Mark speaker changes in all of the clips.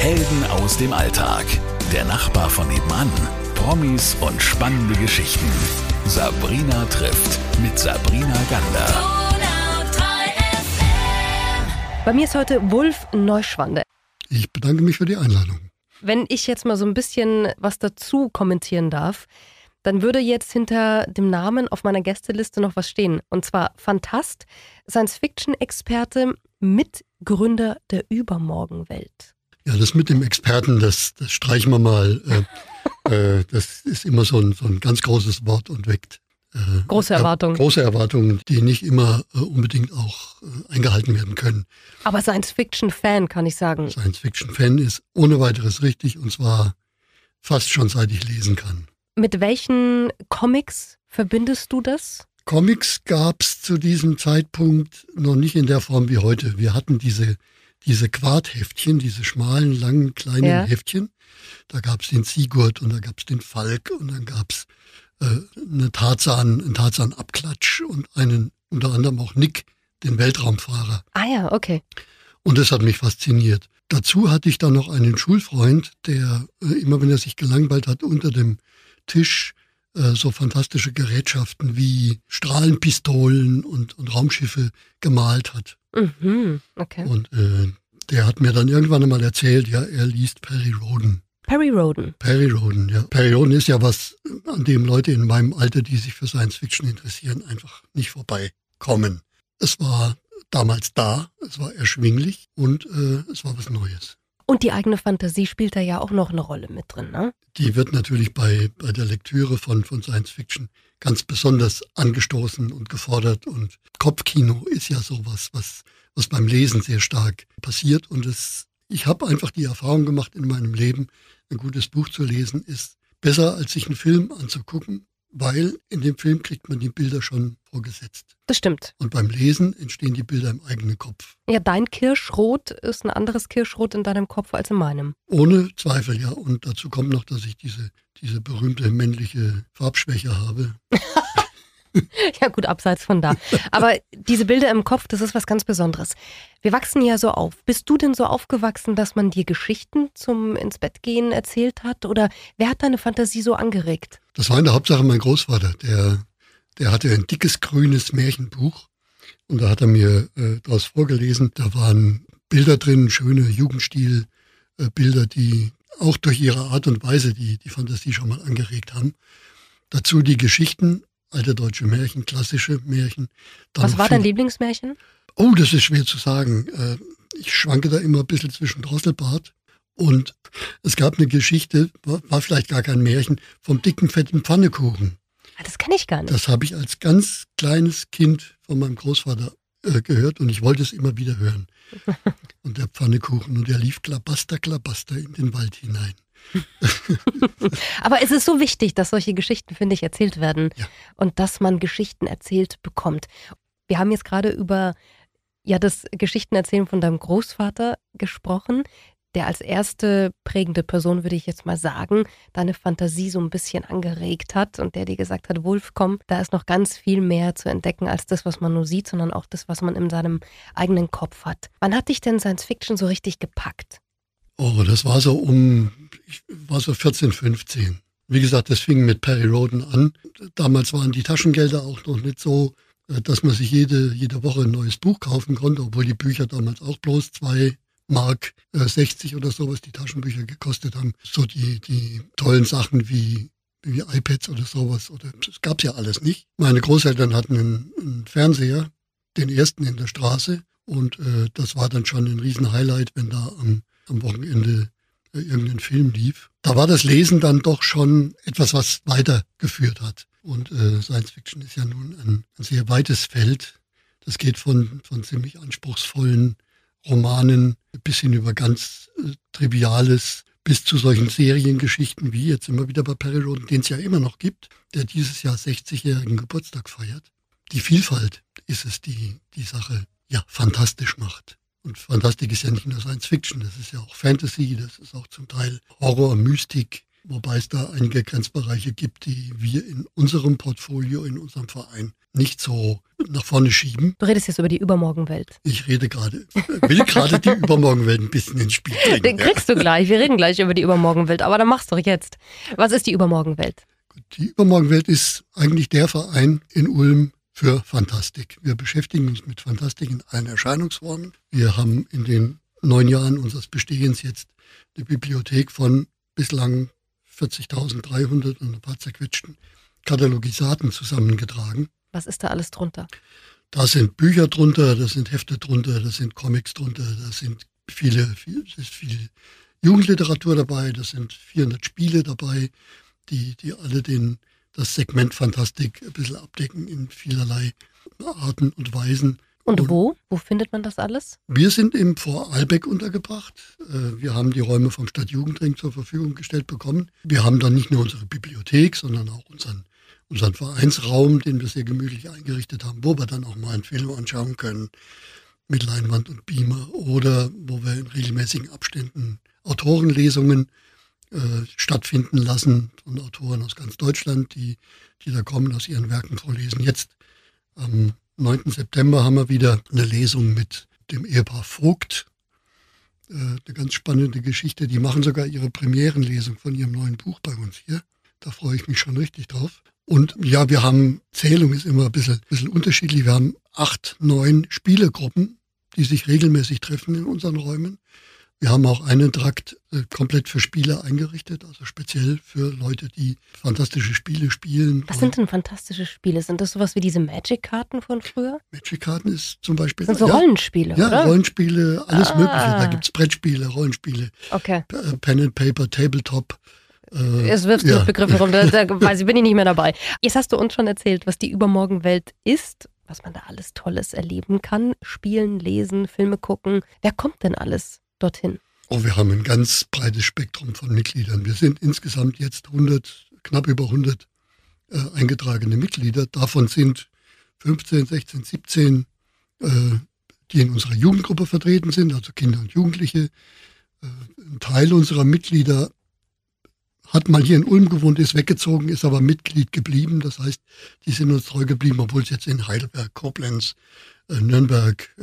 Speaker 1: Helden aus dem Alltag. Der Nachbar von nebenan. Promis und spannende Geschichten. Sabrina trifft mit Sabrina Gander.
Speaker 2: Bei mir ist heute Wulf Neuschwander.
Speaker 3: Ich bedanke mich für die Einladung.
Speaker 2: Wenn ich jetzt mal so ein bisschen was dazu kommentieren darf, dann würde jetzt hinter dem Namen auf meiner Gästeliste noch was stehen. Und zwar Fantast, Science-Fiction-Experte, Mitgründer der Übermorgenwelt.
Speaker 3: Ja, das mit dem Experten, das streichen wir mal. Das ist immer so ein ganz großes Wort und weckt
Speaker 2: große Erwartungen.
Speaker 3: Große Erwartungen, die nicht immer unbedingt auch eingehalten werden können.
Speaker 2: Aber Science-Fiction-Fan kann ich sagen.
Speaker 3: Science-Fiction-Fan ist ohne weiteres richtig, und zwar fast schon seit ich lesen kann.
Speaker 2: Mit welchen Comics verbindest du das?
Speaker 3: Comics gab es zu diesem Zeitpunkt noch nicht in der Form wie heute. Wir hatten diese Quartheftchen, diese schmalen, langen, kleinen Heftchen. Da gab es den Sigurd und da gab es den Falk und dann gab es einen Tarzan-Abklatsch und einen, unter anderem auch Nick, den Weltraumfahrer.
Speaker 2: Ah ja, okay.
Speaker 3: Und das hat mich fasziniert. Dazu hatte ich dann noch einen Schulfreund, der immer, wenn er sich gelangweilt hat, unter dem Tisch so fantastische Gerätschaften wie Strahlenpistolen und Raumschiffe gemalt hat.
Speaker 2: Mhm, okay.
Speaker 3: Und der hat mir dann irgendwann einmal erzählt, ja, er liest Perry Rhodan.
Speaker 2: Perry Rhodan.
Speaker 3: Perry Rhodan, ja. Perry Rhodan ist ja was, an dem Leute in meinem Alter, die sich für Science Fiction interessieren, einfach nicht vorbeikommen. Es war damals da, es war erschwinglich und es war was Neues.
Speaker 2: Und die eigene Fantasie spielt da ja auch noch eine Rolle mit drin, ne?
Speaker 3: Die wird natürlich bei der Lektüre von Science Fiction ganz besonders angestoßen und gefordert. Und Kopfkino ist ja sowas, was beim Lesen sehr stark passiert. Und ich habe einfach die Erfahrung gemacht in meinem Leben, ein gutes Buch zu lesen ist besser, als sich einen Film anzugucken, weil in dem Film kriegt man die Bilder schon vorgesetzt.
Speaker 2: Das stimmt.
Speaker 3: Und beim Lesen entstehen die Bilder im eigenen Kopf.
Speaker 2: Ja, dein Kirschrot ist ein anderes Kirschrot in deinem Kopf als in meinem.
Speaker 3: Ohne Zweifel, ja. Und dazu kommt noch, dass ich diese berühmte männliche Farbschwäche habe.
Speaker 2: Ja gut, abseits von da. Aber diese Bilder im Kopf, das ist was ganz Besonderes. Wir wachsen ja so auf. Bist du denn so aufgewachsen, dass man dir Geschichten zum ins-Bett-Gehen erzählt hat? Oder wer hat deine Fantasie so angeregt?
Speaker 3: Das war in der Hauptsache mein Großvater. Der hatte ein dickes grünes Märchenbuch und da hat er mir daraus vorgelesen. Da waren Bilder drin, schöne Jugendstil-Bilder, die auch durch ihre Art und Weise die Fantasie schon mal angeregt haben. Dazu die Geschichten, alte deutsche Märchen, klassische Märchen.
Speaker 2: Was war dein Lieblingsmärchen?
Speaker 3: Oh, das ist schwer zu sagen. Ich schwanke da immer ein bisschen zwischen Drosselbart und es gab eine Geschichte, war vielleicht gar kein Märchen, vom dicken, fetten Pfannekuchen.
Speaker 2: Das kenne ich gar nicht.
Speaker 3: Das habe ich als ganz kleines Kind von meinem Großvater gehört und ich wollte es immer wieder hören. Und der Pfannekuchen, und der lief klabaster, klabaster in den Wald hinein.
Speaker 2: Aber es ist so wichtig, dass solche Geschichten, finde ich, erzählt werden und dass man Geschichten erzählt bekommt. Wir haben jetzt gerade über das Geschichtenerzählen von deinem Großvater gesprochen, der als erste prägende Person, würde ich jetzt mal sagen, deine Fantasie so ein bisschen angeregt hat und der dir gesagt hat, Wulf, komm, da ist noch ganz viel mehr zu entdecken als das, was man nur sieht, sondern auch das, was man in seinem eigenen Kopf hat. Wann hat dich denn Science Fiction so richtig gepackt?
Speaker 3: Oh, das war ich war so 14, 15. Wie gesagt, das fing mit Perry Rhodan an. Damals waren die Taschengelder auch noch nicht so, dass man sich jede Woche ein neues Buch kaufen konnte, obwohl die Bücher damals auch bloß 2,60 Mark oder sowas die Taschenbücher gekostet haben. So die tollen Sachen wie iPads oder sowas. Das gab's ja alles nicht. Meine Großeltern hatten einen Fernseher, den ersten in der Straße. Und das war dann schon ein Riesen-Highlight, wenn da am Wochenende irgendein Film lief. Da war das Lesen dann doch schon etwas, was weitergeführt hat. Und Science Fiction ist ja nun ein sehr weites Feld. Das geht von ziemlich anspruchsvollen Romanen bis hin über ganz Triviales, bis zu solchen Seriengeschichten wie jetzt immer wieder bei Perry Rhodan, den es ja immer noch gibt, der dieses Jahr 60-jährigen Geburtstag feiert. Die Vielfalt ist es, die Sache fantastisch macht. Und Fantastik ist ja nicht nur Science Fiction, das ist ja auch Fantasy, das ist auch zum Teil Horror, Mystik, wobei es da einige Grenzbereiche gibt, die wir in unserem Portfolio, in unserem Verein nicht so nach vorne schieben.
Speaker 2: Du redest jetzt über die Übermorgenwelt.
Speaker 3: Ich will gerade die Übermorgenwelt ein bisschen ins Spiel bringen.
Speaker 2: Den kriegst du gleich. Wir reden gleich über die Übermorgenwelt, aber dann mach's doch jetzt. Was ist die Übermorgenwelt?
Speaker 3: Die Übermorgenwelt ist eigentlich der Verein in Ulm für Fantastik. Wir beschäftigen uns mit Fantastik in allen Erscheinungsformen. Wir haben in den 9 Jahren unseres Bestehens jetzt eine Bibliothek von bislang 40.300 und ein paar zerquetschten Katalogisaten zusammengetragen.
Speaker 2: Was ist da alles drunter?
Speaker 3: Da sind Bücher drunter, da sind Hefte drunter, da sind Comics drunter, da sind viel Jugendliteratur dabei, da sind 400 Spiele dabei, die alle das Segment Fantastik ein bisschen abdecken in vielerlei Arten und Weisen.
Speaker 2: Und wo? Wo findet man das alles?
Speaker 3: Wir sind im Vorarlberg untergebracht. Wir haben die Räume vom Stadtjugendring zur Verfügung gestellt bekommen. Wir haben dann nicht nur unsere Bibliothek, sondern auch unseren Vereinsraum, den wir sehr gemütlich eingerichtet haben, wo wir dann auch mal einen Film anschauen können mit Leinwand und Beamer oder wo wir in regelmäßigen Abständen Autorenlesungen stattfinden lassen von Autoren aus ganz Deutschland, die da kommen, aus ihren Werken vorlesen. Jetzt am 9. September haben wir wieder eine Lesung mit dem Ehepaar Vogt. Eine ganz spannende Geschichte. Die machen sogar ihre Premierenlesung von ihrem neuen Buch bei uns hier. Da freue ich mich schon richtig drauf. Und ja, wir haben, Zählung ist immer ein bisschen unterschiedlich. Wir haben 8, 9 Spielegruppen, die sich regelmäßig treffen in unseren Räumen. Wir haben auch einen Trakt komplett für Spieler eingerichtet, also speziell für Leute, die fantastische Spiele spielen.
Speaker 2: Was sind denn fantastische Spiele? Sind das sowas wie diese Magic-Karten von früher?
Speaker 3: Magic-Karten ist zum Beispiel...
Speaker 2: Das sind so Rollenspiele, oder?
Speaker 3: Ja, Rollenspiele, alles Mögliche. Da gibt es Brettspiele, Rollenspiele,
Speaker 2: okay.
Speaker 3: Pen and Paper, Tabletop.
Speaker 2: Jetzt wirfst du Begriffe rum, da bin ich nicht mehr dabei. Jetzt hast du uns schon erzählt, was die Übermorgenwelt ist, was man da alles Tolles erleben kann. Spielen, lesen, Filme gucken. Wer kommt denn alles dorthin?
Speaker 3: Oh, wir haben ein ganz breites Spektrum von Mitgliedern. Wir sind insgesamt jetzt knapp über 100 eingetragene Mitglieder. Davon sind 15, 16, 17, die in unserer Jugendgruppe vertreten sind, also Kinder und Jugendliche. Ein Teil unserer Mitglieder hat mal hier in Ulm gewohnt, ist weggezogen, ist aber Mitglied geblieben. Das heißt, die sind uns treu geblieben, obwohl es jetzt in Heidelberg, Koblenz, Nürnberg,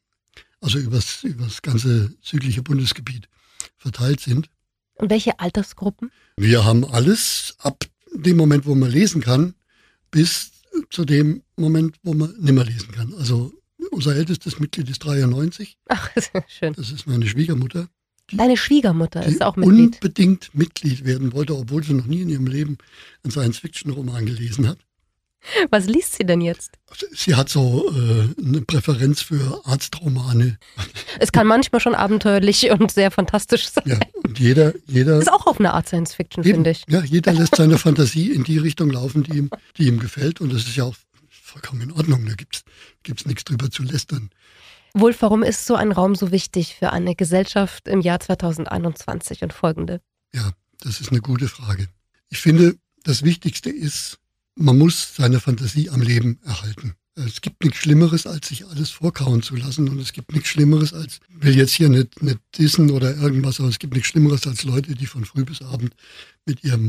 Speaker 3: also übers ganze südliche Bundesgebiet verteilt sind.
Speaker 2: Und welche Altersgruppen?
Speaker 3: Wir haben alles ab dem Moment, wo man lesen kann, bis zu dem Moment, wo man nicht mehr lesen kann. Also unser ältestes Mitglied ist 93.
Speaker 2: Ach, schön.
Speaker 3: Das ist meine Schwiegermutter.
Speaker 2: Deine Schwiegermutter ist auch Mitglied?
Speaker 3: Unbedingt Mitglied werden wollte, obwohl sie noch nie in ihrem Leben einen Science-Fiction-Roman gelesen hat.
Speaker 2: Was liest sie denn jetzt?
Speaker 3: Sie hat so eine Präferenz für Arztromane.
Speaker 2: Es kann manchmal schon abenteuerlich und sehr fantastisch sein.
Speaker 3: Ja, und jeder
Speaker 2: ist auch auf eine Art Science-Fiction, finde ich.
Speaker 3: Ja, jeder lässt seine Fantasie in die Richtung laufen, die ihm gefällt. Und das ist ja auch vollkommen in Ordnung. Da gibt's nichts drüber zu lästern.
Speaker 2: Wolf, warum ist so ein Raum so wichtig für eine Gesellschaft im Jahr 2021 und folgende?
Speaker 3: Ja, das ist eine gute Frage. Ich finde, das Wichtigste ist, man muss seine Fantasie am Leben erhalten. Es gibt nichts Schlimmeres, als sich alles vorkauen zu lassen. Und es gibt nichts Schlimmeres als, ich will jetzt hier nicht dissen oder irgendwas, aber es gibt nichts Schlimmeres als Leute, die von früh bis abend mit ihrem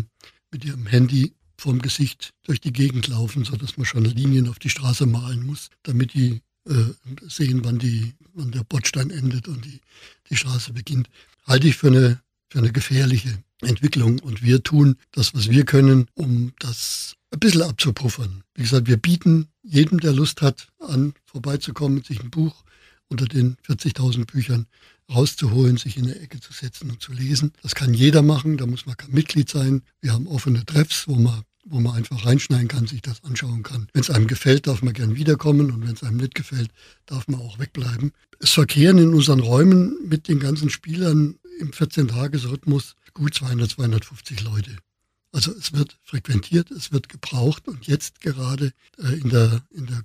Speaker 3: Handy vorm Gesicht durch die Gegend laufen, sodass man schon Linien auf die Straße malen muss, damit die sehen, wann der Bordstein endet und die Straße beginnt. Halte ich für eine gefährliche Entwicklung. Und wir tun das, was wir können, um das ein bisschen abzupuffern. Wie gesagt, wir bieten jedem, der Lust hat, an, vorbeizukommen, sich ein Buch unter den 40.000 Büchern rauszuholen, sich in eine Ecke zu setzen und zu lesen. Das kann jeder machen, da muss man kein Mitglied sein. Wir haben offene Treffs, wo man einfach reinschneiden kann, sich das anschauen kann. Wenn es einem gefällt, darf man gern wiederkommen und wenn es einem nicht gefällt, darf man auch wegbleiben. Es verkehren in unseren Räumen mit den ganzen Spielern im 14-Tages-Rhythmus gut 200, 250 Leute. Also es wird frequentiert, es wird gebraucht und jetzt gerade in der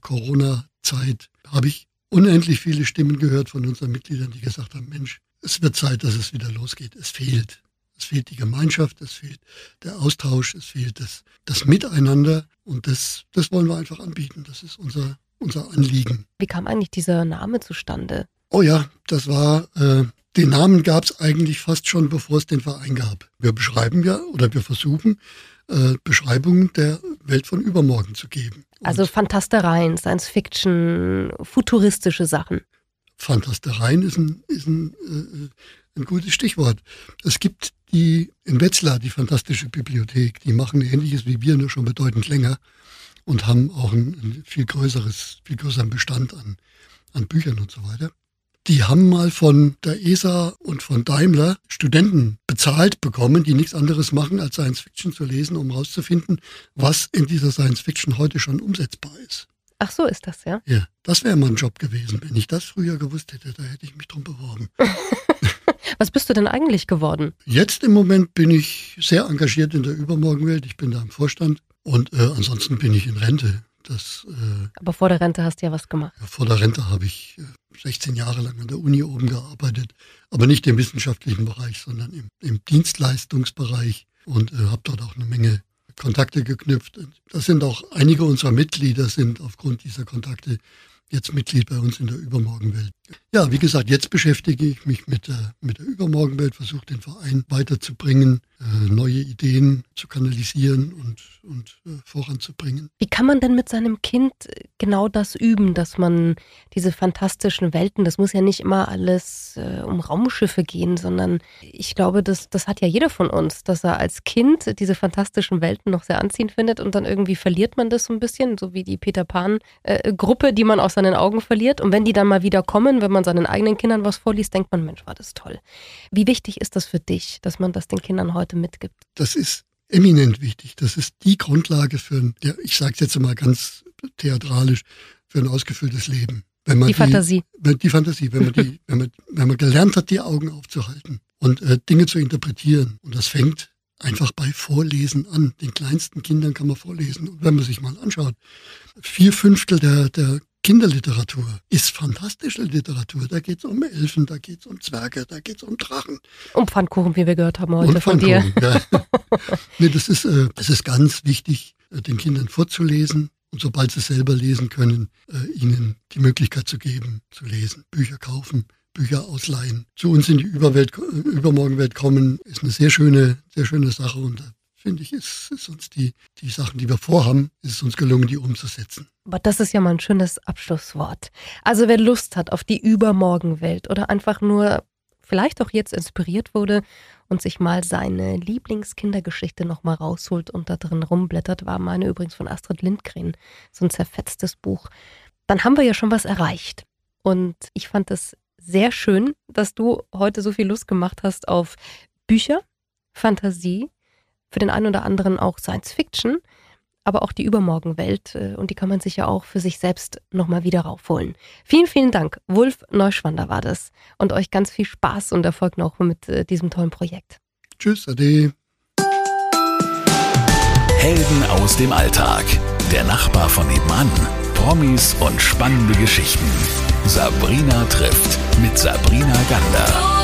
Speaker 3: Corona-Zeit habe ich unendlich viele Stimmen gehört von unseren Mitgliedern, die gesagt haben, Mensch, es wird Zeit, dass es wieder losgeht. Es fehlt. Es fehlt die Gemeinschaft, es fehlt der Austausch, es fehlt das Miteinander und das wollen wir einfach anbieten. Das ist unser Anliegen.
Speaker 2: Wie kam eigentlich dieser Name zustande?
Speaker 3: Oh ja, das war Den Namen gab es eigentlich fast schon, bevor es den Verein gab. Wir beschreiben ja oder wir versuchen, Beschreibungen der Welt von übermorgen zu geben.
Speaker 2: Also Fantastereien, Science-Fiction, futuristische Sachen.
Speaker 3: Fantastereien ist ein gutes Stichwort. Es gibt in Wetzlar die Fantastische Bibliothek. Die machen Ähnliches wie wir, nur schon bedeutend länger und haben auch einen viel größeren Bestand an Büchern und so weiter. Die haben mal von der ESA und von Daimler Studenten bezahlt bekommen, die nichts anderes machen, als Science-Fiction zu lesen, um herauszufinden, was in dieser Science-Fiction heute schon umsetzbar ist.
Speaker 2: Ach so ist das, ja?
Speaker 3: Ja, das wäre mal ein Job gewesen. Wenn ich das früher gewusst hätte, da hätte ich mich drum beworben.
Speaker 2: Was bist du denn eigentlich geworden?
Speaker 3: Jetzt im Moment bin ich sehr engagiert in der Übermorgenwelt. Ich bin da im Vorstand und ansonsten bin ich in Rente.
Speaker 2: Aber vor der Rente hast du ja was gemacht.
Speaker 3: Ja, vor der Rente habe ich 16 Jahre lang an der Uni oben gearbeitet, aber nicht im wissenschaftlichen Bereich, sondern im Dienstleistungsbereich und habe dort auch eine Menge Kontakte geknüpft. Das sind auch einige unserer Mitglieder sind aufgrund dieser Kontakte jetzt Mitglied bei uns in der Übermorgenwelt. Ja, wie gesagt, jetzt beschäftige ich mich mit der Übermorgenwelt, versuche den Verein weiterzubringen, neue Ideen zu kanalisieren und voranzubringen.
Speaker 2: Wie kann man denn mit seinem Kind genau das üben, dass man diese fantastischen Welten, das muss ja nicht immer alles um Raumschiffe gehen, sondern ich glaube, das hat ja jeder von uns, dass er als Kind diese fantastischen Welten noch sehr anziehend findet und dann irgendwie verliert man das so ein bisschen, so wie die Peter Pan-Gruppe, die man aus seinen Augen verliert. Und wenn die dann mal wieder kommen, wenn man seinen eigenen Kindern was vorliest, denkt man, Mensch, war das toll. Wie wichtig ist das für dich, dass man das den Kindern heute mitgibt?
Speaker 3: Das ist eminent wichtig. Das ist die Grundlage ich sage es jetzt mal ganz theatralisch, für ein ausgefülltes Leben. Wenn man
Speaker 2: Fantasie.
Speaker 3: Die Fantasie, wenn man gelernt hat, die Augen aufzuhalten und Dinge zu interpretieren. Und das fängt einfach bei Vorlesen an. Den kleinsten Kindern kann man vorlesen. Und wenn man sich mal anschaut, 4/5 der Kinderliteratur ist fantastische Literatur. Da geht es um Elfen, da geht es um Zwerge, da geht es um Drachen.
Speaker 2: Um Pfannkuchen, wie wir gehört haben heute von dir.
Speaker 3: Ja. Nee, das ist ganz wichtig, den Kindern vorzulesen und sobald sie selber lesen können, ihnen die Möglichkeit zu geben, zu lesen. Bücher kaufen, Bücher ausleihen. Zu uns in die Übermorgenwelt kommen, ist eine sehr schöne Sache und finde ich, ist uns die Sachen, die wir vorhaben, ist es uns gelungen, die umzusetzen.
Speaker 2: Aber das ist ja mal ein schönes Abschlusswort. Also wer Lust hat auf die Übermorgenwelt oder einfach nur vielleicht auch jetzt inspiriert wurde und sich mal seine Lieblingskindergeschichte nochmal rausholt und da drin rumblättert, war meine übrigens von Astrid Lindgren, so ein zerfetztes Buch, dann haben wir ja schon was erreicht. Und ich fand es sehr schön, dass du heute so viel Lust gemacht hast auf Bücher, Fantasie, für den einen oder anderen auch Science-Fiction, aber auch die Übermorgenwelt und die kann man sich ja auch für sich selbst nochmal wieder raufholen. Vielen, vielen Dank. Wulf Neuschwander war das und euch ganz viel Spaß und Erfolg noch mit diesem tollen Projekt.
Speaker 3: Tschüss, ade.
Speaker 1: Helden aus dem Alltag. Der Nachbar von nebenan. Promis und spannende Geschichten. Sabrina trifft mit Sabrina Gander.